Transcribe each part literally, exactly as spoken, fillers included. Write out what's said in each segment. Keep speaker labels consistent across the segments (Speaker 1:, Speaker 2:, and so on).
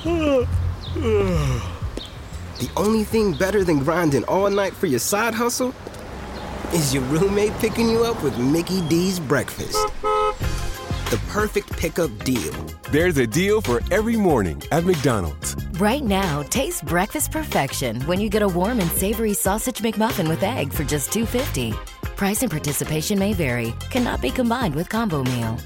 Speaker 1: The only thing better than grinding all night for your side hustle is your roommate picking you up with Mickey D's breakfast. The perfect pickup deal.
Speaker 2: There's a deal for every morning at McDonald's.
Speaker 3: Right now, taste breakfast perfection when you get a warm and savory sausage McMuffin with egg for just two fifty. Price and participation may vary. Cannot be combined with combo meal.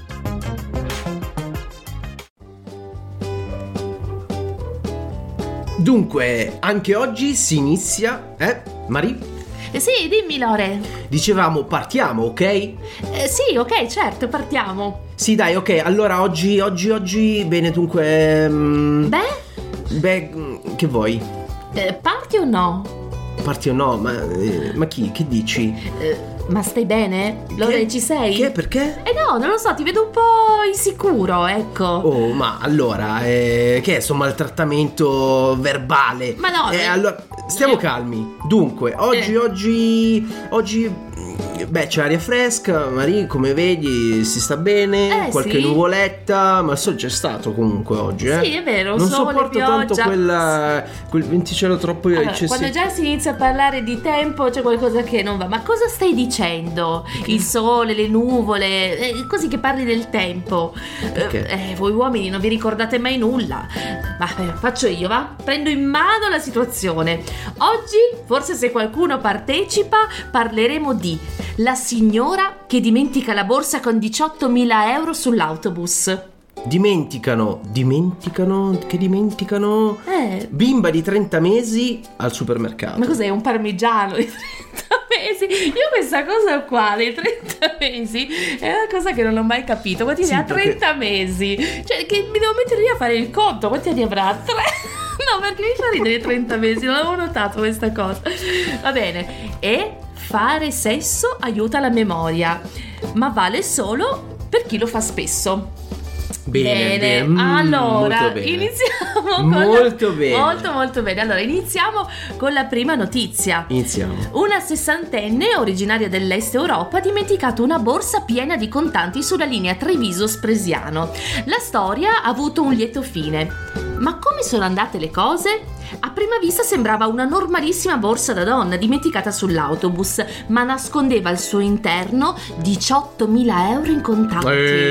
Speaker 4: Dunque, anche oggi si inizia, eh, Mari?
Speaker 5: Eh, sì, dimmi Lore.
Speaker 4: Dicevamo partiamo, ok?
Speaker 5: Eh, sì, ok, certo, partiamo.
Speaker 4: Sì, dai, ok, allora oggi, oggi, oggi, bene, dunque... Um,
Speaker 5: Beh?
Speaker 4: Beh, che vuoi?
Speaker 5: Eh, parti o no?
Speaker 4: Parti o no? Ma, eh, ma chi? Che dici?
Speaker 5: Eh, ma stai bene? Lore,
Speaker 4: Che?
Speaker 5: ci sei?
Speaker 4: Che? Perché?
Speaker 5: Eh no, non lo so, ti vedo un po' insicuro, ecco.
Speaker 4: Oh, ma allora, eh, che è sto maltrattamento verbale?
Speaker 5: Ma no,
Speaker 4: eh,
Speaker 5: eh,
Speaker 4: allora, stiamo
Speaker 5: eh.
Speaker 4: calmi. Dunque, oggi,
Speaker 5: Eh.
Speaker 4: oggi, oggi, beh, c'è aria fresca, Marie, come vedi, si sta bene,
Speaker 5: Eh,
Speaker 4: qualche
Speaker 5: sì.
Speaker 4: nuvoletta, ma il sole c'è stato comunque oggi, eh?
Speaker 5: Sì, è vero,
Speaker 4: Non
Speaker 5: sole,
Speaker 4: sopporto tanto
Speaker 5: pioggia.
Speaker 4: quel, quel venticello troppo
Speaker 5: Allora,
Speaker 4: eccessivo.
Speaker 5: quando già si inizia a parlare di tempo c'è qualcosa che non va. Ma cosa stai dicendo? Il sole, le nuvole, eh, così che parli del tempo.
Speaker 4: Perché?
Speaker 5: Eh, voi uomini non vi ricordate mai nulla. Ma eh, faccio io, va? Prendo in mano la situazione. Oggi, forse se qualcuno partecipa, parleremo di la signora che dimentica la borsa con diciottomila euro sull'autobus.
Speaker 4: Dimenticano, dimenticano, che dimenticano?
Speaker 5: Eh,
Speaker 4: Bimba di trenta mesi al supermercato.
Speaker 5: ma cos'è, un parmigiano di trenta mesi? Io questa cosa qua dei trenta mesi è una cosa che non ho mai capito. Quanti
Speaker 4: Sì,
Speaker 5: ne ha?
Speaker 4: perché-
Speaker 5: trenta mesi. Cioè, che mi devo mettere lì a fare il conto. Quanti anni avrà? Tre. No, perché mi fa ridere i trenta mesi, non avevo notato questa cosa. Va bene. E fare sesso aiuta la memoria, ma vale solo per chi lo fa spesso.
Speaker 4: Bene, bene. Mm,
Speaker 5: allora
Speaker 4: molto bene.
Speaker 5: iniziamo con
Speaker 4: Molto
Speaker 5: la...
Speaker 4: bene.
Speaker 5: molto molto bene. Allora iniziamo con la prima notizia.
Speaker 4: Iniziamo.
Speaker 5: Una sessantenne originaria dell'Est Europa ha dimenticato una borsa piena di contanti sulla linea Treviso-Spresiano. La storia ha avuto un lieto fine. Ma come sono andate le cose? A prima vista sembrava una normalissima borsa da donna dimenticata sull'autobus, ma nascondeva al suo interno diciottomila euro in contanti.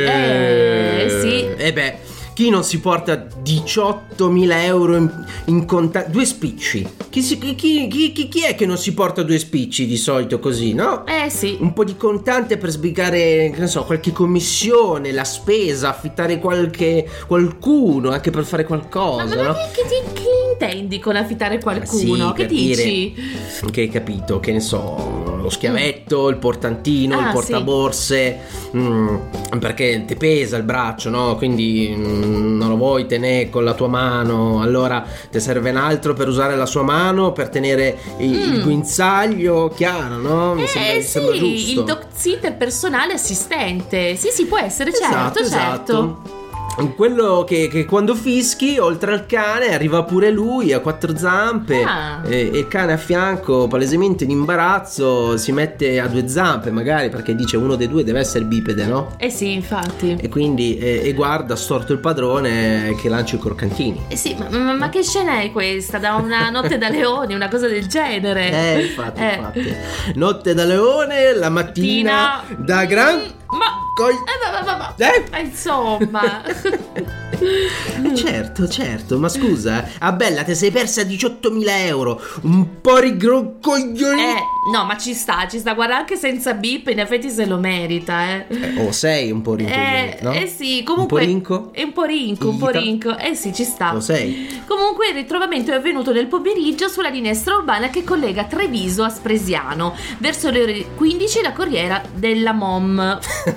Speaker 5: Eh, sì.
Speaker 4: Eh beh, chi non si porta diciottomila euro in, in contanti? Due spicci. Chi, si, chi, chi, chi, chi è che non si porta due spicci di solito così, no?
Speaker 5: Eh sì.
Speaker 4: Un po' di contante per sbrigare, che ne so, qualche commissione, la spesa, affittare qualche qualcuno anche per fare qualcosa,
Speaker 5: Ma, ma
Speaker 4: no?
Speaker 5: che, che, che intendi con affittare qualcuno?
Speaker 4: Sì,
Speaker 5: che
Speaker 4: per dire
Speaker 5: dici?
Speaker 4: che hai capito, che ne so, lo schiavetto, il portantino,
Speaker 5: Ah,
Speaker 4: il portaborse, mm, perché ti pesa il braccio, no? Quindi mm, non lo vuoi tenere con la tua mano, allora ti serve un altro per usare la sua mano, per tenere il,
Speaker 5: Mm.
Speaker 4: il guinzaglio, chiaro, no? Mi
Speaker 5: Eh
Speaker 4: sembra, mi
Speaker 5: sì,
Speaker 4: sembra giusto.
Speaker 5: il dog sitter personale assistente. Sì, sì, può essere, certo,
Speaker 4: Esatto,
Speaker 5: certo.
Speaker 4: esatto. Quello che, che quando fischi, oltre al cane, arriva pure lui a quattro zampe,
Speaker 5: Ah.
Speaker 4: e, e il cane a fianco, palesemente in imbarazzo, si mette a due zampe, magari perché dice uno dei due deve essere bipede, no?
Speaker 5: Eh sì, infatti.
Speaker 4: E quindi e, e guarda storto il padrone che lancia i croccantini.
Speaker 5: Eh sì, ma, ma- ma che scena è questa? Da una notte da leoni, una cosa del genere.
Speaker 4: Eh, infatti,
Speaker 5: Eh.
Speaker 4: infatti. Notte da leone, la mattina
Speaker 5: Mattina.
Speaker 4: da gran...
Speaker 5: Mm, Ma...
Speaker 4: coi-
Speaker 5: Eh, ma, ma, ma, ma.
Speaker 4: Eh?
Speaker 5: Ma insomma...
Speaker 4: Eh, certo, certo, ma scusa, ah bella, ti sei persa diciottomila euro, un po' rigroccoglioni.
Speaker 5: Eh, no, ma ci sta, ci sta. Guarda, anche senza bip, in effetti se lo merita, eh.
Speaker 4: Eh, o sei un po' rincoglionito,
Speaker 5: Eh,
Speaker 4: no?
Speaker 5: eh sì, comunque
Speaker 4: Un po' rinco?
Speaker 5: È un po' rinco, un po'
Speaker 4: Ita?
Speaker 5: rinco. Eh sì, ci sta.
Speaker 4: Lo sei?
Speaker 5: Comunque il ritrovamento è avvenuto nel pomeriggio sulla linea extraurbana che collega Treviso a Spresiano. Verso le ore quindici la corriera della M O M.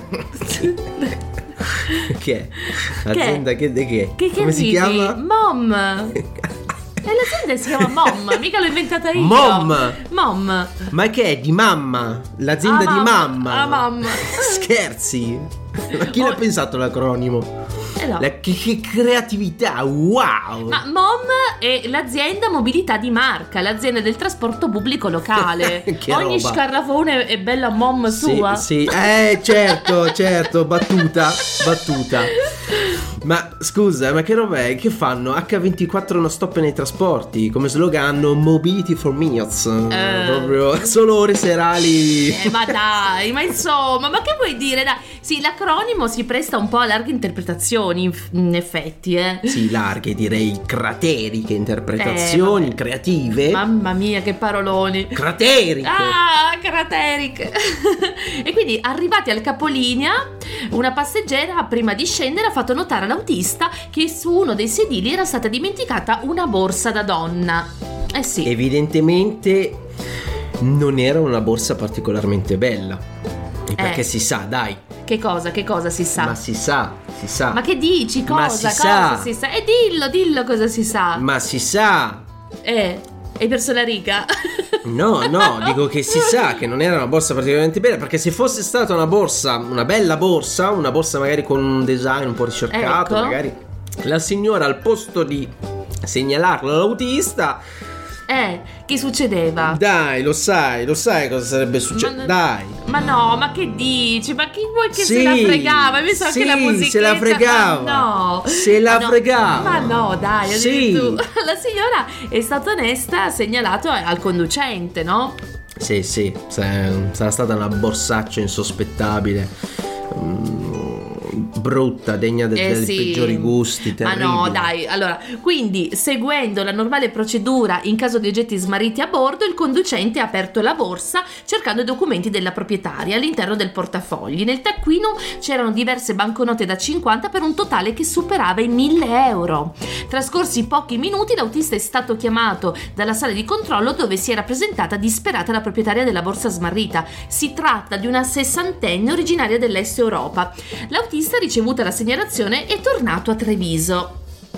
Speaker 4: Che è? L'azienda che, che, che?
Speaker 5: Che, che
Speaker 4: Come si
Speaker 5: ridi?
Speaker 4: chiama?
Speaker 5: M O M. E l'azienda si chiama M O M, mica l'ho inventata io.
Speaker 4: M O M.
Speaker 5: M O M.
Speaker 4: Ma che è? Di mamma? L'azienda
Speaker 5: Ah,
Speaker 4: di
Speaker 5: mamma.
Speaker 4: mamma?
Speaker 5: Ah, mamma.
Speaker 4: Scherzi? Ma chi
Speaker 5: Oh.
Speaker 4: l'ha pensato l'acronimo?
Speaker 5: Eh no.
Speaker 4: La, che, che creatività, wow!
Speaker 5: Ma M O M è l'azienda mobilità di marca, l'azienda del trasporto pubblico locale.
Speaker 4: Che
Speaker 5: Ogni
Speaker 4: roba.
Speaker 5: scarrafone è bella M O M
Speaker 4: Sì,
Speaker 5: sua.
Speaker 4: sì, eh certo, certo, battuta, battuta. Ma scusa, ma che roba è? Che fanno? acca ventiquattro non stop nei trasporti. Come slogan hanno Mobility for Minutes.
Speaker 5: Eh.
Speaker 4: Proprio solo ore serali.
Speaker 5: Eh, ma dai, ma insomma, ma che vuoi dire? Dai, sì, l'acronimo si presta un po' a larghe interpretazioni, in, in effetti, eh.
Speaker 4: Sì, larghe, direi crateriche interpretazioni
Speaker 5: Eh,
Speaker 4: creative.
Speaker 5: Mamma mia, che paroloni.
Speaker 4: Crateriche.
Speaker 5: Ah, crateriche. E quindi, arrivati al capolinea, una passeggera, prima di scendere, ha fatto notare all'autista che su uno dei sedili era stata dimenticata una borsa da donna. Eh sì.
Speaker 4: Evidentemente non era una borsa particolarmente bella. Perché
Speaker 5: Eh.
Speaker 4: si sa, dai.
Speaker 5: Che cosa, che cosa si sa?
Speaker 4: Ma si sa, si sa.
Speaker 5: Ma che dici? Cosa?
Speaker 4: Ma si
Speaker 5: cosa
Speaker 4: sa.
Speaker 5: si sa? E dillo, dillo cosa si sa.
Speaker 4: Ma si sa.
Speaker 5: Eh, hai perso la riga?
Speaker 4: No, no, dico che si sa che non era una borsa particolarmente bella, perché se fosse stata una borsa, una bella borsa, una borsa magari con un design un po' ricercato,
Speaker 5: Ecco.
Speaker 4: magari la signora al posto di segnalarlo all'autista,
Speaker 5: Eh, che succedeva?
Speaker 4: dai, lo sai, lo sai cosa sarebbe successo,
Speaker 5: Ma-
Speaker 4: dai.
Speaker 5: Ma no, ma che dici? Ma chi vuoi che
Speaker 4: Sì,
Speaker 5: se la fregava? Hai visto
Speaker 4: sì,
Speaker 5: anche la musichetta?
Speaker 4: se la fregava.
Speaker 5: Ma no.
Speaker 4: Se la
Speaker 5: Ma no.
Speaker 4: fregava.
Speaker 5: Ma no, dai,
Speaker 4: Sì.
Speaker 5: addirittura. La signora è stata onesta, ha segnalato al conducente, no?
Speaker 4: Sì, sì, se- sarà stata una borsaccia insospettabile, mm, brutta, degna de-
Speaker 5: Eh
Speaker 4: dei
Speaker 5: sì.
Speaker 4: peggiori gusti,
Speaker 5: Ma
Speaker 4: terribili.
Speaker 5: no, dai, allora, quindi seguendo la normale procedura in caso di oggetti smarriti a bordo, il conducente ha aperto la borsa cercando i documenti della proprietaria all'interno del portafogli. Nel taccuino c'erano diverse banconote da cinquanta per un totale che superava i mille euro. Trascorsi pochi minuti, l'autista è stato chiamato dalla sala di controllo dove si era presentata disperata la proprietaria della borsa smarrita. Si tratta di una sessantenne originaria dell'Est Europa. L'autista, ricevuta la segnalazione, è tornato a Treviso.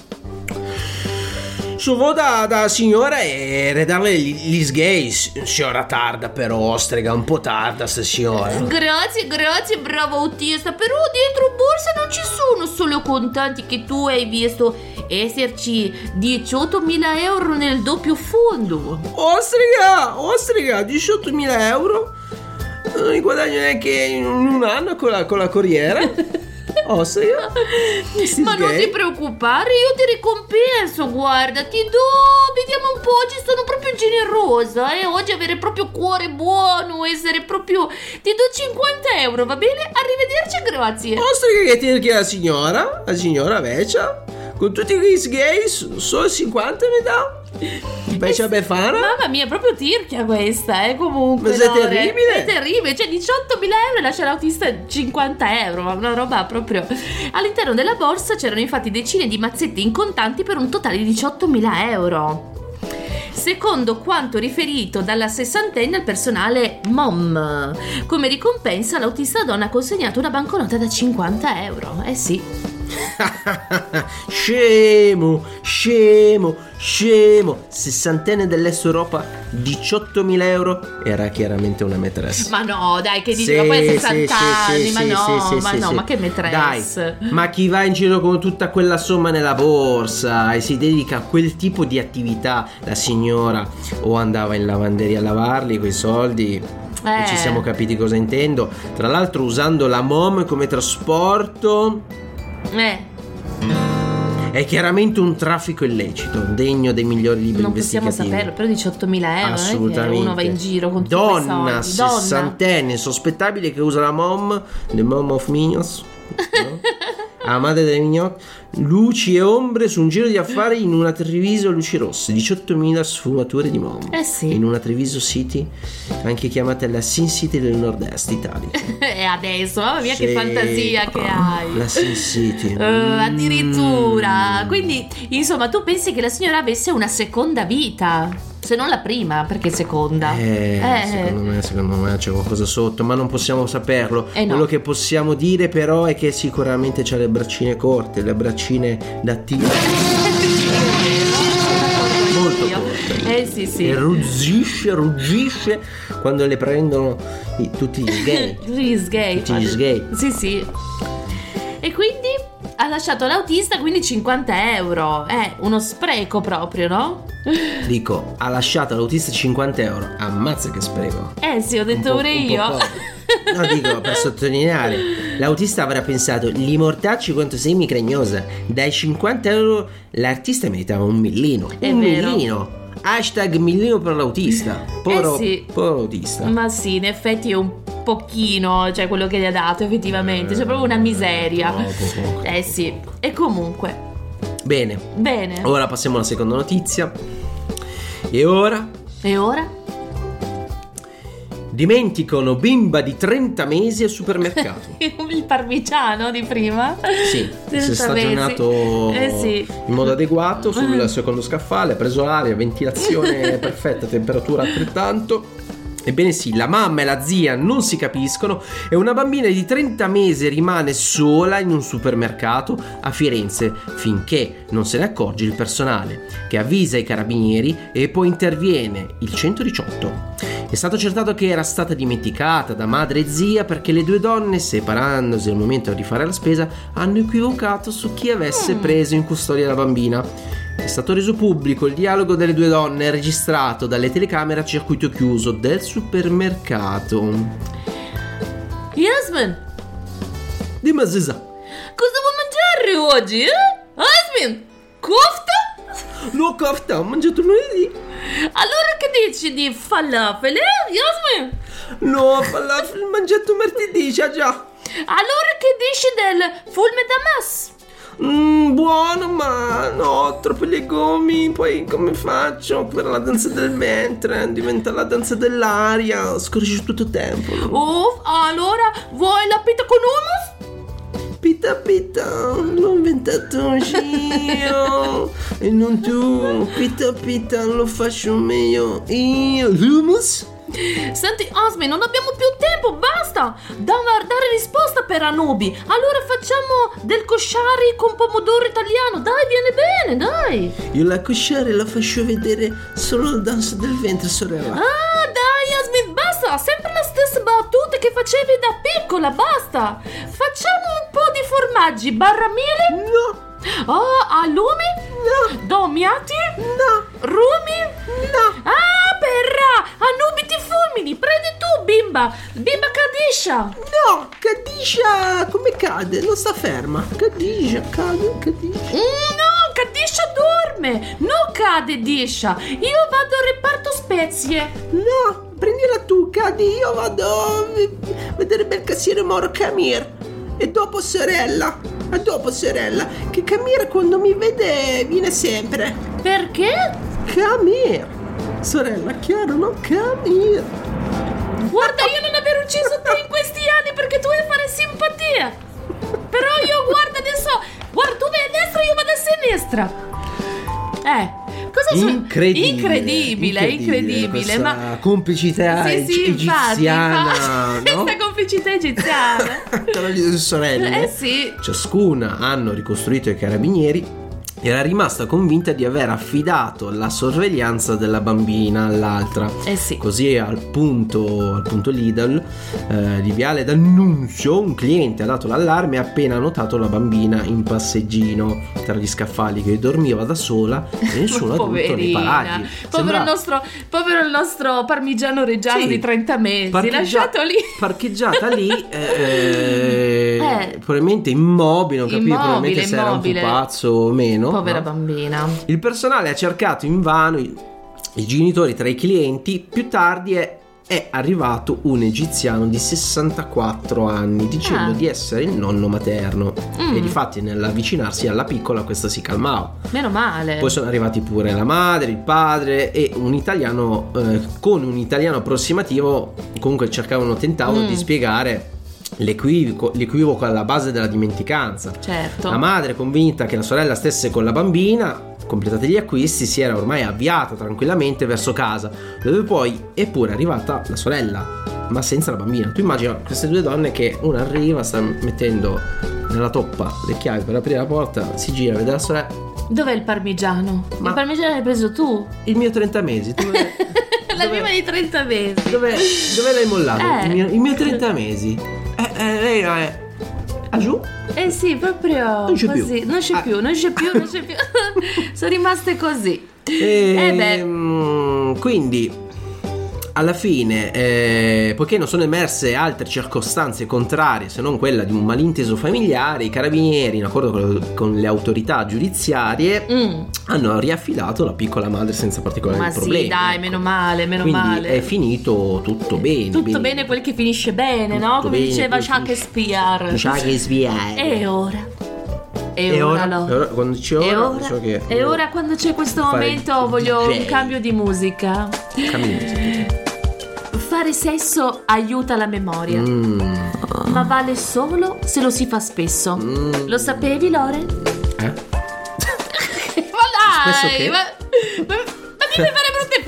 Speaker 4: Suo da, da signora e redarle gli, gli sgay, signora tarda però, ostrega, un po' tarda sta signora.
Speaker 5: Grazie, grazie, bravo autista. Però dentro borsa non ci sono solo contanti che tu hai visto esserci diciottomila euro nel doppio fondo.
Speaker 4: Ostrega, ostrega, diciottomila euro? Non li guadagno neanche in un anno con la, con la corriere. Ostrega. Sti
Speaker 5: Ma non
Speaker 4: sgay.
Speaker 5: ti preoccupare, io ti ricompenso, guarda, ti do, vediamo un po', oggi sono proprio generosa, eh, oggi avere proprio cuore buono, essere proprio, ti do cinquanta euro, va bene? Arrivederci, grazie.
Speaker 4: Ostrega che ti chiede la signora, la signora Veccia, con tutti gli sgay, solo cinquanta mi dà? Veccia Befana?
Speaker 5: Mamma mia, proprio tirchia questa, eh, comunque.
Speaker 4: Ma sei
Speaker 5: Lore.
Speaker 4: terribile.
Speaker 5: È terribile, cioè diciottomila euro e lascia l'autista cinquanta euro, ma una roba proprio. All'interno della borsa c'erano infatti decine di mazzetti in contanti per un totale di diciottomila euro. Secondo quanto riferito dalla sessantenne al personale M O M, come ricompensa l'autista donna ha consegnato una banconota da cinquanta euro. Eh sì.
Speaker 4: Scemo, scemo, scemo. Sessantenne dell'Est Europa, diciottomila euro. Era chiaramente una maîtresse.
Speaker 5: Ma no, dai, che dici,
Speaker 4: Sì,
Speaker 5: ma poi a
Speaker 4: sì,
Speaker 5: sessanta
Speaker 4: sì,
Speaker 5: anni,
Speaker 4: sì,
Speaker 5: ma
Speaker 4: sì,
Speaker 5: no,
Speaker 4: sì,
Speaker 5: ma
Speaker 4: sì,
Speaker 5: no,
Speaker 4: sì.
Speaker 5: ma che maîtresse.
Speaker 4: Dai, ma chi va in giro con tutta quella somma nella borsa e si dedica a quel tipo di attività, la signora o andava in lavanderia a lavarli quei soldi.
Speaker 5: Eh.
Speaker 4: E ci siamo capiti cosa intendo. Tra l'altro usando la M O M come trasporto.
Speaker 5: Eh.
Speaker 4: È chiaramente un traffico illecito, degno dei migliori libri
Speaker 5: Non possiamo
Speaker 4: investigativi.
Speaker 5: saperlo, però diciottomila euro,
Speaker 4: Assolutamente.
Speaker 5: non è che uno va in giro con tutti
Speaker 4: Donna,
Speaker 5: quei soldi. Donna,
Speaker 4: sessantenne, sospettabile che usa la mom, the mom of Minions, no? La madre delle mignotte, luci e ombre su un giro di affari in una Treviso luci rosse, diciottomila sfumature di mom.
Speaker 5: Eh sì.
Speaker 4: In una Treviso City, anche chiamata la Sin City del Nord-Est Italia.
Speaker 5: E adesso, mamma mia, che
Speaker 4: Sì.
Speaker 5: fantasia che hai.
Speaker 4: La Sin City.
Speaker 5: Eh, addirittura.
Speaker 4: Mm.
Speaker 5: Quindi, insomma, tu pensi che la signora avesse una seconda vita? Se non la prima, perché seconda?
Speaker 4: Eh,
Speaker 5: Eh.
Speaker 4: secondo me, secondo me c'è qualcosa sotto, ma non possiamo saperlo.
Speaker 5: Eh no.
Speaker 4: Quello che possiamo dire però è che sicuramente c'ha le braccine corte, le braccine da tigre. Molto
Speaker 5: Io.
Speaker 4: corte.
Speaker 5: Eh sì, sì.
Speaker 4: E ruggisce, ruggisce quando le prendono i- tutti gli gay.
Speaker 5: Tutti gli sgay.
Speaker 4: Tutti gli sgay.
Speaker 5: Sì, sì. E quindi Ha lasciato l'autista, quindi cinquanta euro. È uno spreco proprio, no?
Speaker 4: Dico, ha lasciato all'autista cinquanta euro. Ammazza che spreco.
Speaker 5: Eh sì, ho detto
Speaker 4: Un po'-
Speaker 5: pure
Speaker 4: un po'
Speaker 5: io.
Speaker 4: poco. No, dico, per sottolineare, l'autista avrà pensato, li mortacci quanto sei micragnosa. Dai cinquanta euro l'artista meritava un millino.
Speaker 5: È
Speaker 4: un
Speaker 5: vero.
Speaker 4: millino. Hashtag millino per l'autista. Povero,
Speaker 5: Eh sì.
Speaker 4: povero autista.
Speaker 5: Ma sì, in effetti è un pochino, cioè quello che gli ha dato effettivamente, c'è proprio una miseria.
Speaker 4: Poco, poco.
Speaker 5: Eh sì, e comunque,
Speaker 4: Bene,
Speaker 5: bene.
Speaker 4: ora passiamo alla seconda notizia. E ora
Speaker 5: E ora?
Speaker 4: dimenticano bimba di trenta mesi al supermercato.
Speaker 5: Il parmigiano di prima?
Speaker 4: Sì, si è
Speaker 5: trenta
Speaker 4: stagionato
Speaker 5: mesi. Eh sì.
Speaker 4: in modo adeguato sul secondo scaffale, ha preso aria, ventilazione perfetta, temperatura altrettanto. Ebbene sì, la mamma e la zia non si capiscono e una bambina di trenta mesi rimane sola in un supermercato a Firenze finché non se ne accorge il personale, che avvisa i carabinieri e poi interviene il centodiciotto. È stato accertato che era stata dimenticata da madre e zia perché le due donne, separandosi al momento di fare la spesa, hanno equivocato su chi avesse preso in custodia la bambina. È stato reso pubblico il dialogo delle due donne registrato dalle telecamere a circuito chiuso del supermercato.
Speaker 5: Yasmin,
Speaker 4: Dimmi Aziza,
Speaker 5: cosa vuoi mangiare oggi? Eh? Yasmin, kofta?
Speaker 4: no kofta, ho mangiato lunedì.
Speaker 5: Allora che dici di falafel, eh? Yasmin?
Speaker 4: No, falafel ho mangiato martedì, già già.
Speaker 5: Allora che dici del fulme damas?
Speaker 4: Mmm, buono, ma no, troppi legumi. Poi come faccio per la danza del ventre? Diventa la danza dell'aria. Scorri tutto il tempo.
Speaker 5: Oh, allora vuoi la pita con hummus?
Speaker 4: Pita pita, l'ho inventato io e non tu. Pita pita, lo faccio meglio io. L'hummus?
Speaker 5: Senti Asmi, non abbiamo più tempo, basta! Da dare risposta per Anubi. Allora facciamo del kosciari con pomodoro italiano. Dai, viene bene, dai.
Speaker 4: Io la cosciare la faccio vedere solo la danza del ventre, sorella.
Speaker 5: Ah, dai Asmi, basta. Sempre le stesse battute che facevi da piccola, basta. Facciamo un po' di formaggi barra miele.
Speaker 4: No,
Speaker 5: Oh, alumi?
Speaker 4: no,
Speaker 5: Domiati?
Speaker 4: no,
Speaker 5: Rumi?
Speaker 4: no.
Speaker 5: Ah, perra! Anubi ti fulmini! Prendi tu, bimba! Bimba Kadisha!
Speaker 4: No, Kadisha, come cade? Non sta ferma. Kadisha, cade, Kadisha.
Speaker 5: Mm, no, Kadisha dorme! Non cade, Disha! Io vado al reparto spezie!
Speaker 4: No, prendila tu, cadi, io vado a vedere bel cassiere Moro Camir. E dopo sorella, e dopo sorella, che Camir quando mi vede viene sempre.
Speaker 5: Perché?
Speaker 4: Camir, sorella, chiaro, no? Camir.
Speaker 5: Guarda, io non aver ucciso te in questi anni perché tu vuoi fare simpatia! Però io, guarda adesso, guarda, tu vai a destra, io vado a sinistra! Eh... Cosa su-
Speaker 4: Incredibile,
Speaker 5: incredibile, incredibile,
Speaker 4: questa
Speaker 5: ma
Speaker 4: complicità
Speaker 5: sì,
Speaker 4: eg-
Speaker 5: sì, infatti,
Speaker 4: egiziana,
Speaker 5: infatti,
Speaker 4: no?
Speaker 5: questa complicità egiziana.
Speaker 4: Tra le due sorelle.
Speaker 5: Eh sì.
Speaker 4: Ciascuna hanno ricostruito i carabinieri. Era rimasta convinta di aver affidato la sorveglianza della bambina all'altra.
Speaker 5: Eh sì.
Speaker 4: Così al punto, al punto Lidl eh, di Viale d'Annunzio, un cliente ha dato l'allarme appena notato la bambina in passeggino tra gli scaffali, che dormiva da sola e nessuno ha dovuto riparargli.
Speaker 5: Povero,
Speaker 4: Sembra-
Speaker 5: il nostro, povero il nostro parmigiano reggiano
Speaker 4: Sì.
Speaker 5: di trenta mesi,
Speaker 4: Parcheggia-
Speaker 5: lasciato lì.
Speaker 4: Parcheggiata lì, eh,
Speaker 5: Eh.
Speaker 4: probabilmente immobile, non capivo
Speaker 5: Immobile,
Speaker 4: probabilmente se era un
Speaker 5: immobile.
Speaker 4: pupazzo o meno.
Speaker 5: Povera
Speaker 4: no?
Speaker 5: bambina.
Speaker 4: Il personale ha cercato invano i, i genitori tra i clienti. Più tardi è, è arrivato un egiziano di sessantaquattro anni dicendo
Speaker 5: Ah.
Speaker 4: di essere il nonno materno.
Speaker 5: Mm.
Speaker 4: E difatti nell'avvicinarsi alla piccola questa si calmava.
Speaker 5: Meno male.
Speaker 4: Poi sono arrivati pure la madre, il padre e un italiano eh, con un italiano approssimativo. Comunque cercavano, tentavano
Speaker 5: Mm.
Speaker 4: di spiegare l'equivoco, l'equivoco alla base della dimenticanza.
Speaker 5: Certo.
Speaker 4: La madre, convinta che la sorella stesse con la bambina, completati gli acquisti, si era ormai avviata tranquillamente verso casa, dove poi è pure arrivata la sorella, ma senza la bambina. Tu immagina queste due donne che una arriva, sta mettendo nella toppa le chiavi per aprire la porta, si gira, vede la sorella.
Speaker 5: Dov'è il parmigiano?
Speaker 4: Ma-
Speaker 5: Il parmigiano l'hai preso tu?
Speaker 4: Il mio trenta mesi, dove,
Speaker 5: La
Speaker 4: dove-
Speaker 5: prima di trenta mesi.
Speaker 4: dove, dove l'hai mollato?
Speaker 5: Eh.
Speaker 4: Il, mio, il mio trenta mesi. Eh, eh, lei è... Ah, giù?
Speaker 5: Eh sì, proprio
Speaker 4: non c'è
Speaker 5: così.
Speaker 4: più.
Speaker 5: Non c'è
Speaker 4: Ah.
Speaker 5: più, non c'è più, non c'è più. Sono rimaste così.
Speaker 4: E,
Speaker 5: Eh beh.
Speaker 4: mm, quindi alla fine, eh, poiché non sono emerse altre circostanze contrarie se non quella di un malinteso familiare, i carabinieri, in accordo con, con le autorità giudiziarie,
Speaker 5: Mm.
Speaker 4: hanno riaffidato la piccola madre senza particolari
Speaker 5: Ma
Speaker 4: problemi.
Speaker 5: sì, dai,
Speaker 4: ecco.
Speaker 5: meno male, meno
Speaker 4: Quindi
Speaker 5: male.
Speaker 4: è finito tutto bene.
Speaker 5: Tutto bene quel che finisce bene, no?
Speaker 4: Tutto
Speaker 5: Come
Speaker 4: bene,
Speaker 5: diceva
Speaker 4: quel che
Speaker 5: Shakespeare.
Speaker 4: Shakespeare.
Speaker 5: E ora? E,
Speaker 4: E
Speaker 5: ora,
Speaker 4: ora,
Speaker 5: no.
Speaker 4: e ora, quando c'è
Speaker 5: E
Speaker 4: ora,
Speaker 5: ora,
Speaker 4: so che
Speaker 5: e ora quando c'è questo
Speaker 4: fare
Speaker 5: momento
Speaker 4: il
Speaker 5: voglio
Speaker 4: D J.
Speaker 5: un cambio di musica.
Speaker 4: Cambio di musica.
Speaker 5: Fare sesso aiuta la memoria,
Speaker 4: Mm.
Speaker 5: ma vale solo se lo si fa spesso.
Speaker 4: Mm.
Speaker 5: Lo sapevi, Lore?
Speaker 4: Eh?
Speaker 5: Ma
Speaker 4: Spesso
Speaker 5: dai,
Speaker 4: che?
Speaker 5: ma, ma, ma mi fai fare brutte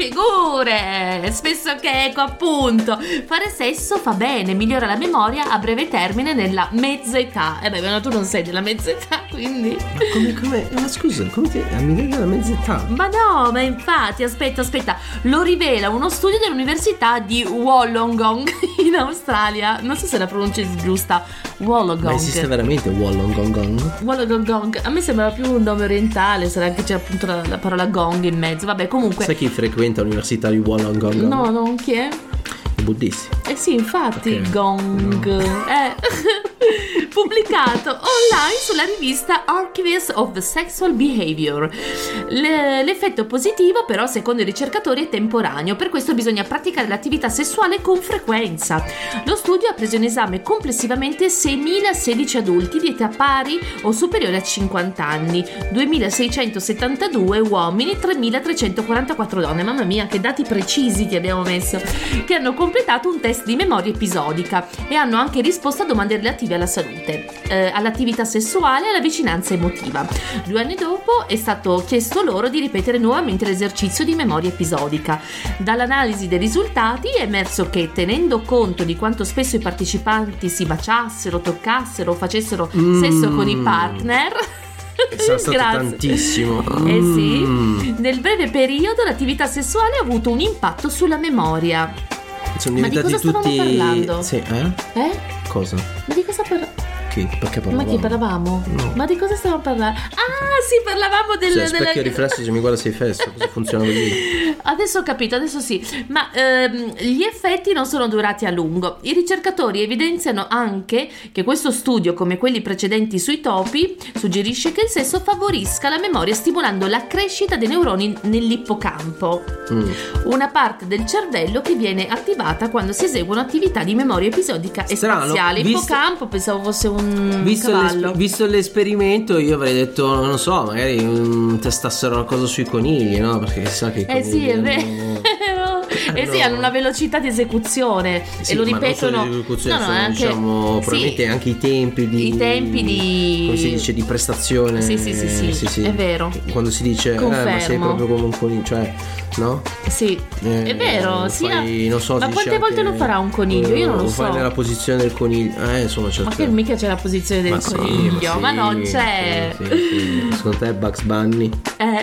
Speaker 5: figure. Spesso che, ecco, appunto, fare sesso fa bene, migliora la memoria a breve termine nella mezza età. E beh, ma tu non sei della mezza età, quindi.
Speaker 4: Ma come, come, ma scusa, come ti mi vedi alla mezza età?
Speaker 5: Ma no, ma infatti, aspetta, aspetta, lo rivela uno studio dell'università di Wollongong in Australia. Non so se la pronuncia è giusta. Wollongong.
Speaker 4: Ma esiste veramente Wollongong?
Speaker 5: Wollongong. A me sembrava più un nome orientale, sarà che c'è appunto la, la parola gong in mezzo. Vabbè, comunque.
Speaker 4: Sai chi frequenta l'università di Wollongong?
Speaker 5: No, non chi è?
Speaker 4: I buddisti.
Speaker 5: Eh sì, infatti,
Speaker 4: Ok.
Speaker 5: gong. Eh. Pubblicato online sulla rivista Archives of Sexual Behavior. Le- l'effetto positivo, però, secondo i ricercatori, è temporaneo. Per questo bisogna praticare l'attività sessuale con frequenza. Lo studio ha preso in esame complessivamente seimilasedici adulti di età pari o superiore a cinquanta anni, duemilaseicentosettantadue uomini, tremilatrecentoquarantaquattro donne. Mamma mia, che dati precisi ti abbiamo messo! Che hanno completato un test di memoria episodica e hanno anche risposto a domande relative alla salute, eh, all'attività sessuale e alla vicinanza emotiva. Due anni dopo è stato chiesto loro di ripetere nuovamente l'esercizio di memoria episodica. Dall'analisi dei risultati è emerso che, tenendo conto di quanto spesso i partecipanti si baciassero, toccassero o facessero
Speaker 4: Mm.
Speaker 5: sesso con i partner,
Speaker 4: Sono stato
Speaker 5: Grazie.
Speaker 4: tantissimo.
Speaker 5: Eh sì,
Speaker 4: Mm.
Speaker 5: nel breve periodo l'attività sessuale ha avuto un impatto sulla memoria.
Speaker 4: Sono
Speaker 5: Ma di
Speaker 4: diventati
Speaker 5: cosa stavamo
Speaker 4: tutti.
Speaker 5: parlando?
Speaker 4: Sì, eh?
Speaker 5: Eh?
Speaker 4: Cosa?
Speaker 5: Ma di cosa parlavamo?
Speaker 4: Chi? Perché
Speaker 5: Ma
Speaker 4: parlavamo?
Speaker 5: chi parlavamo?
Speaker 4: No.
Speaker 5: Ma di cosa stavamo parlando? Ah, sì, parlavamo del...
Speaker 4: Se
Speaker 5: della-
Speaker 4: specchio riflesso, se mi guarda sei fesso, cosa funziona così?
Speaker 5: Adesso ho capito, adesso sì. Ma ehm, gli effetti non sono durati a lungo. I ricercatori evidenziano anche che questo studio, come quelli precedenti sui topi, suggerisce che il sesso favorisca la memoria stimolando la crescita dei neuroni nell'ippocampo,
Speaker 4: Mm.
Speaker 5: una parte del cervello che viene attivata quando si eseguono attività di memoria episodica e
Speaker 4: Strano,
Speaker 5: spaziale.
Speaker 4: visto-
Speaker 5: Ippocampo pensavo fosse un
Speaker 4: Visto,
Speaker 5: cavallo.
Speaker 4: l'esper- visto l'esperimento, io avrei detto, non lo so, magari mm, testassero una cosa sui conigli, no? Perché sa che i
Speaker 5: Eh sì,
Speaker 4: conigli
Speaker 5: è
Speaker 4: hanno-
Speaker 5: vero. Eh sì,
Speaker 4: no.
Speaker 5: hanno una velocità di esecuzione
Speaker 4: Sì,
Speaker 5: e lo
Speaker 4: ma non
Speaker 5: ripetono.
Speaker 4: solo di esecuzione,
Speaker 5: No, no,
Speaker 4: sono,
Speaker 5: è anche-
Speaker 4: diciamo,
Speaker 5: sì.
Speaker 4: probabilmente anche i tempi di
Speaker 5: I tempi di-
Speaker 4: come si dice, di prestazione.
Speaker 5: Sì, sì, sì, sì, è vero.
Speaker 4: Quando si dice eh, ma sei
Speaker 5: Confermo.
Speaker 4: proprio come un coniglio, cioè, no?
Speaker 5: Sì,
Speaker 4: Eh,
Speaker 5: è vero. Sì,
Speaker 4: fai- non so,
Speaker 5: ma
Speaker 4: si
Speaker 5: quante
Speaker 4: dice
Speaker 5: volte
Speaker 4: anche,
Speaker 5: lo farà un coniglio? Io non lo
Speaker 4: eh,
Speaker 5: so.
Speaker 4: fai nella posizione del coniglio. Eh, insomma, certe...
Speaker 5: Ma che mica c'è la posizione del
Speaker 4: Ma sì,
Speaker 5: coniglio,
Speaker 4: sì,
Speaker 5: ma non c'è.
Speaker 4: sì, sì, sì. Secondo te è Bugs Bunny?
Speaker 5: Eh.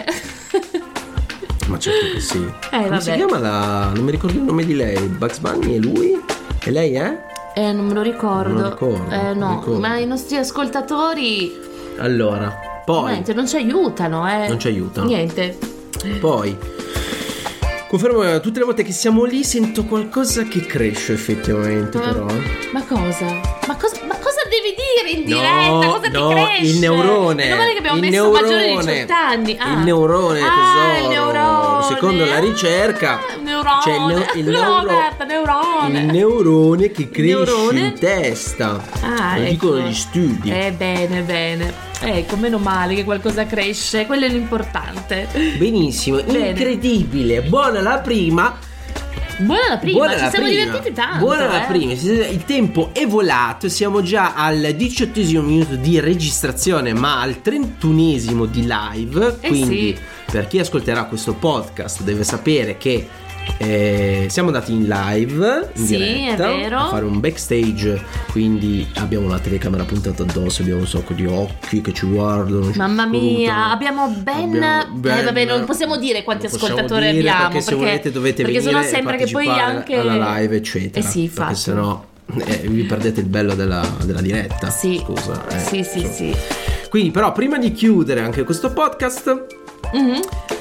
Speaker 4: Ma certo che sì. Come
Speaker 5: vabbè.
Speaker 4: si chiama la... non mi ricordo il nome di lei. Bugs Bunny è lui? E lei è?
Speaker 5: Eh, non me lo ricordo.
Speaker 4: Non lo ricordo,
Speaker 5: Eh,
Speaker 4: non
Speaker 5: no,
Speaker 4: ricordo.
Speaker 5: ma i nostri ascoltatori
Speaker 4: Allora, poi
Speaker 5: niente, non ci aiutano, eh.
Speaker 4: Non ci aiutano.
Speaker 5: Niente.
Speaker 4: Poi confermo che tutte le volte che siamo lì sento qualcosa che cresce effettivamente,
Speaker 5: Ma-
Speaker 4: però.
Speaker 5: Ma cosa? Ma cosa, ma cosa devi dire in diretta?
Speaker 4: No,
Speaker 5: cosa
Speaker 4: no,
Speaker 5: ti cresce?
Speaker 4: il neurone.
Speaker 5: Meno male che abbiamo
Speaker 4: il
Speaker 5: messo
Speaker 4: neurone,
Speaker 5: maggiore di diciotto anni. Ah.
Speaker 4: Il neurone,
Speaker 5: Ah,
Speaker 4: tesoro.
Speaker 5: il neurone.
Speaker 4: Secondo la ricerca,
Speaker 5: Ah, neurone.
Speaker 4: c'è il, neo- il
Speaker 5: No,
Speaker 4: neuro-
Speaker 5: Berta, neurone.
Speaker 4: il neurone che cresce
Speaker 5: Neurone?
Speaker 4: in testa.
Speaker 5: Ah,
Speaker 4: Lo
Speaker 5: ecco.
Speaker 4: dicono gli studi.
Speaker 5: Eh, bene, bene. Ecco, meno male che qualcosa cresce. Quello è l'importante.
Speaker 4: Benissimo,
Speaker 5: Bene.
Speaker 4: incredibile. Buona la prima.
Speaker 5: Buona la prima,
Speaker 4: Buona
Speaker 5: ci
Speaker 4: la
Speaker 5: siamo
Speaker 4: prima.
Speaker 5: divertiti tanto.
Speaker 4: Buona la
Speaker 5: eh.
Speaker 4: prima. Il tempo è volato. Siamo già al diciottesimo minuto di registrazione, ma al trentunesimo di live.
Speaker 5: Eh
Speaker 4: Quindi,
Speaker 5: sì.
Speaker 4: per chi ascolterà questo podcast, deve sapere che eh, siamo andati in live in
Speaker 5: Sì,
Speaker 4: diretta
Speaker 5: è vero.
Speaker 4: a fare un backstage. Quindi abbiamo la telecamera puntata addosso, abbiamo un sacco di occhi che ci guardano. ci
Speaker 5: Mamma mia,
Speaker 4: scrutano.
Speaker 5: abbiamo ben,
Speaker 4: Abbiamo ben-
Speaker 5: eh, vabbè, non possiamo dire quanti
Speaker 4: non possiamo
Speaker 5: ascoltatori
Speaker 4: dire,
Speaker 5: abbiamo
Speaker 4: perché se volete dovete
Speaker 5: perché
Speaker 4: venire
Speaker 5: sennò sembra
Speaker 4: e
Speaker 5: che poi
Speaker 4: partecipare
Speaker 5: anche
Speaker 4: alla live eccetera,
Speaker 5: eh sì,
Speaker 4: perché
Speaker 5: infatti.
Speaker 4: sennò eh, vi perdete il bello della, della diretta.
Speaker 5: Sì.
Speaker 4: Scusa. Eh,
Speaker 5: sì, sì, sì.
Speaker 4: Quindi, però, prima di chiudere anche questo podcast,
Speaker 5: Mm-hmm.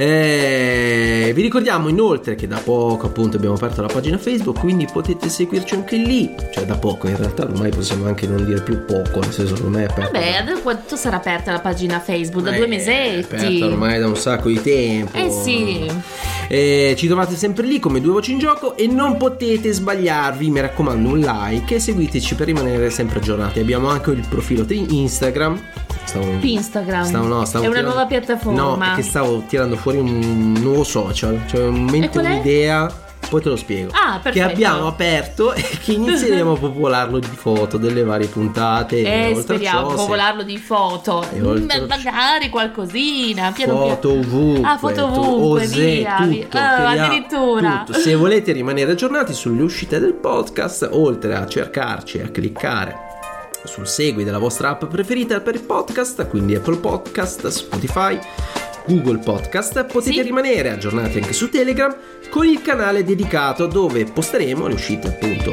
Speaker 4: eh, vi ricordiamo inoltre che da poco appunto abbiamo aperto la pagina Facebook, quindi potete seguirci anche lì. Cioè, da poco, in realtà ormai possiamo anche non dire più poco, nel senso ormai è aperta.
Speaker 5: Vabbè, da quanto sarà aperta la pagina Facebook? Da
Speaker 4: Eh,
Speaker 5: due
Speaker 4: È
Speaker 5: mesetti.
Speaker 4: aperta ormai da un sacco di tempo.
Speaker 5: Eh sì.
Speaker 4: Eh, ci trovate sempre lì come Due Voci in Gioco e non potete sbagliarvi, mi raccomando, un like e seguiteci per rimanere sempre aggiornati. Abbiamo anche il profilo di Instagram. Stavo,
Speaker 5: Instagram
Speaker 4: stavo, no, stavo
Speaker 5: è una
Speaker 4: tirando,
Speaker 5: nuova piattaforma.
Speaker 4: No, è che stavo tirando fuori un nuovo social. Cioè, un momento,
Speaker 5: qual è?
Speaker 4: un'idea. Poi te lo spiego.
Speaker 5: Ah, perfetto.
Speaker 4: Che abbiamo aperto e che inizieremo a popolarlo di foto delle varie puntate.
Speaker 5: Eh,
Speaker 4: oltre a
Speaker 5: speriamo
Speaker 4: ciò,
Speaker 5: di
Speaker 4: se-
Speaker 5: popolarlo di foto.
Speaker 4: E oltre
Speaker 5: Mm,
Speaker 4: a-
Speaker 5: magari qualcosina. Piano
Speaker 4: Foto
Speaker 5: piano.
Speaker 4: ovunque,
Speaker 5: Ah, foto
Speaker 4: tu-
Speaker 5: ovunque,
Speaker 4: osè,
Speaker 5: via,
Speaker 4: tutto,
Speaker 5: via. Ah,
Speaker 4: chiariamo,
Speaker 5: addirittura.
Speaker 4: tutto. Se volete rimanere aggiornati sulle uscite del podcast, oltre a cercarci e a cliccare sul segui della vostra app preferita per il podcast, quindi Apple Podcast, Spotify, Google Podcast, potete
Speaker 5: Sì.
Speaker 4: rimanere aggiornati anche su Telegram con il canale dedicato dove posteremo le uscite appunto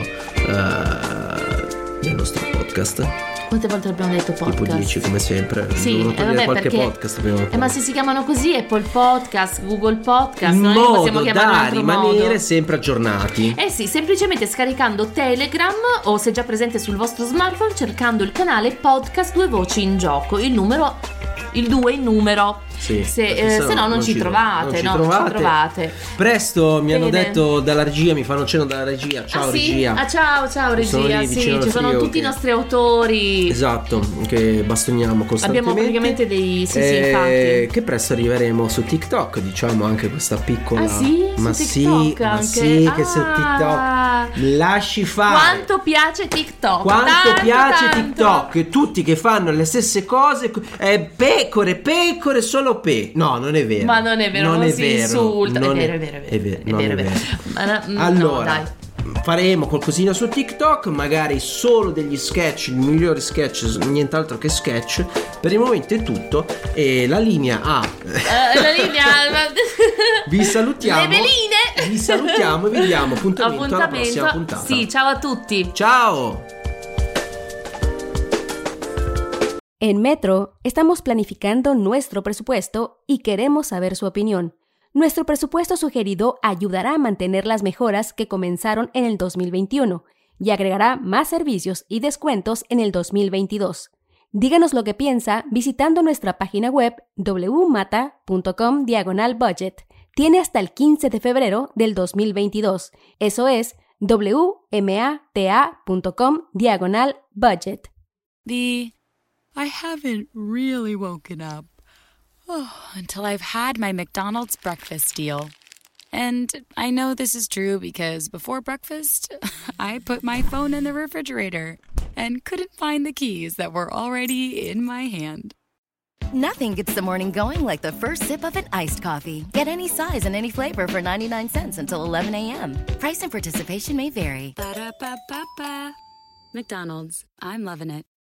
Speaker 4: eh, del nostro podcast.
Speaker 5: Quante volte abbiamo detto podcast?
Speaker 4: Tipo dieci come sempre.
Speaker 5: Sì,
Speaker 4: Devono
Speaker 5: eh,
Speaker 4: togliere
Speaker 5: vabbè,
Speaker 4: qualche
Speaker 5: perché
Speaker 4: podcast prima o
Speaker 5: eh,
Speaker 4: poi.
Speaker 5: ma se si chiamano così Apple Podcast, Google Podcast,
Speaker 4: In
Speaker 5: non è che possiamo
Speaker 4: modo
Speaker 5: chiamarlo in
Speaker 4: da
Speaker 5: altro
Speaker 4: rimanere
Speaker 5: modo.
Speaker 4: sempre aggiornati.
Speaker 5: Eh sì, semplicemente scaricando Telegram o se già presente sul vostro smartphone cercando il canale Podcast Due Voci in Gioco, il numero, il due in numero.
Speaker 4: Sì,
Speaker 5: se,
Speaker 4: perché
Speaker 5: eh,
Speaker 4: sennò
Speaker 5: se no non, ci trovate,
Speaker 4: non ci
Speaker 5: no,
Speaker 4: trovate.
Speaker 5: non ci trovate.
Speaker 4: Presto mi hanno
Speaker 5: Bene.
Speaker 4: detto dalla regia, mi fanno cenno dalla regia. Ciao
Speaker 5: Ah, sì?
Speaker 4: regia.
Speaker 5: Ah, ciao, ciao
Speaker 4: Sono
Speaker 5: regia,
Speaker 4: lì
Speaker 5: sì,
Speaker 4: vicino al
Speaker 5: ci sono
Speaker 4: frigo
Speaker 5: tutti
Speaker 4: che-
Speaker 5: i nostri autori.
Speaker 4: Esatto, che bastoniamo costantemente.
Speaker 5: Abbiamo praticamente dei sì, sì,
Speaker 4: Eh,
Speaker 5: infatti.
Speaker 4: Che presto arriveremo su TikTok, diciamo anche questa piccola.
Speaker 5: Ah sì?
Speaker 4: Ma
Speaker 5: Su
Speaker 4: sì,
Speaker 5: TikTok
Speaker 4: ma
Speaker 5: anche?
Speaker 4: sì, che su
Speaker 5: Ah.
Speaker 4: TikTok. Lasci fare.
Speaker 5: Quanto piace TikTok?
Speaker 4: Quanto
Speaker 5: Tanto,
Speaker 4: piace
Speaker 5: tanto.
Speaker 4: TikTok? Tutti che fanno le stesse cose. eh, pecore, pecore, solo pe. No, non è vero.
Speaker 5: Ma non è vero, non,
Speaker 4: è
Speaker 5: si
Speaker 4: vero,
Speaker 5: insulta.
Speaker 4: non
Speaker 5: È vero, è vero, è vero.
Speaker 4: È vero, non
Speaker 5: vero,
Speaker 4: è vero.
Speaker 5: Ma, mm, no,
Speaker 4: Allora,
Speaker 5: dai.
Speaker 4: faremo qualcosina su TikTok, magari solo degli sketch, i migliori sketch, nient'altro che sketch. Per il momento è tutto e la linea A.
Speaker 5: Eh, la linea
Speaker 4: Vi salutiamo.
Speaker 5: Le veline.
Speaker 4: Vi salutiamo e vi diamo appuntamento, alla
Speaker 5: Appuntamento.
Speaker 4: prossima puntata.
Speaker 5: Sì, ciao a tutti.
Speaker 4: Ciao.
Speaker 6: En Metro, estamos planificando nuestro presupuesto y queremos saber su opinión. Nuestro presupuesto sugerido ayudará a mantener las mejoras que comenzaron en el dos mil veintiuno y agregará más servicios y descuentos en el dos mil veintidós. Díganos lo que piensa visitando nuestra página web wmata.com diagonal budget. Tiene hasta el quince de febrero del dos mil veintidós. Eso es wmata.com diagonal budget.
Speaker 7: The I haven't really woken up oh, until I've had my McDonald's breakfast deal. And I know this is true because before breakfast, I put my phone in the refrigerator and couldn't find the keys that were already in my hand.
Speaker 3: Nothing gets the morning going like the first sip of an iced coffee. Get any size and any flavor for ninety-nine cents until eleven a.m. Price and participation may vary.
Speaker 7: Ba-da-ba-ba-ba. McDonald's. I'm loving it.